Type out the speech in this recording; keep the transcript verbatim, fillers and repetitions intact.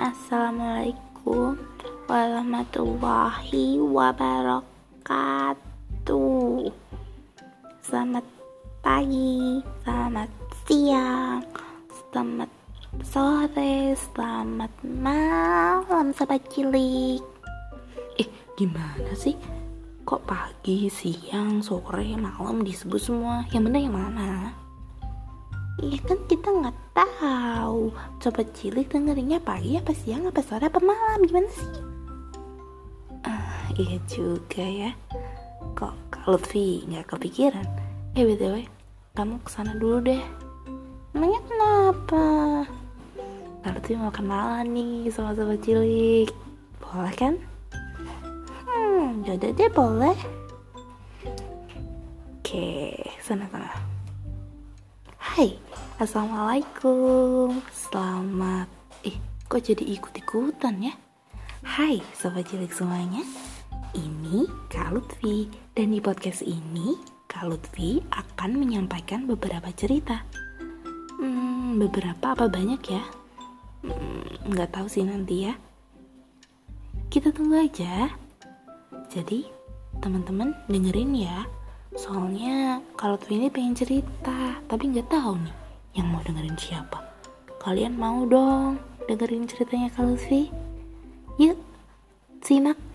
Assalamualaikum warahmatullahi wabarakatuh. Selamat pagi, selamat siang, selamat sore, selamat malam sahabat cilik. Eh, gimana sih? Kok pagi, siang, sore, malam disebut semua? Yang bener yang mana? Iya kan kita nggak tahu. Coba cilik dengerinnya pagi apa siang apa sore apa malam, gimana sih? Ah, iya juga ya. Kok Kak Lutfi nggak kepikiran? Eh btw, kamu kesana dulu deh. Emangnya kenapa? Kak Lutfi mau kenalan nih sama sobat cilik. Boleh kan? Hmm, yaudah deh boleh. Oke, sana-sana. Hai, Assalamualaikum. Selamat Eh, kok jadi ikut-ikutan ya? Hai sobat cilik semuanya. Ini Kak Lutfi. Dan di podcast ini Kak Lutfi akan menyampaikan beberapa cerita. Hmm, beberapa apa banyak ya? Hmm, Gak tahu sih nanti ya. Kita tunggu aja. Jadi teman-teman dengerin ya. Soalnya kalau tuh ini pengen cerita, tapi nggak tahu nih yang mau dengerin siapa. Kalian mau dong dengerin ceritanya Kak Lutfi? Yuk, simak.